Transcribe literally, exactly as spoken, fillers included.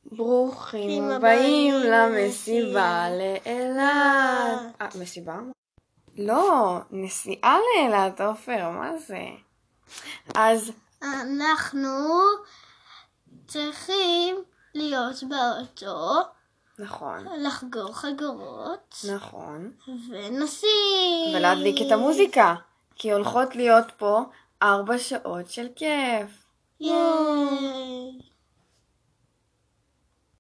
ברוכים הבאים למסיבה לאילת. אה, מסיבה? לא, נסיעה לאילת, עופר, מה זה? אז אנחנו צריכים להיות באוטו, נכון, לחגור חגורות, נכון, ונסים. ולהדליק את המוזיקה, כי הולכות להיות פה ארבע שעות של כיף. ייי.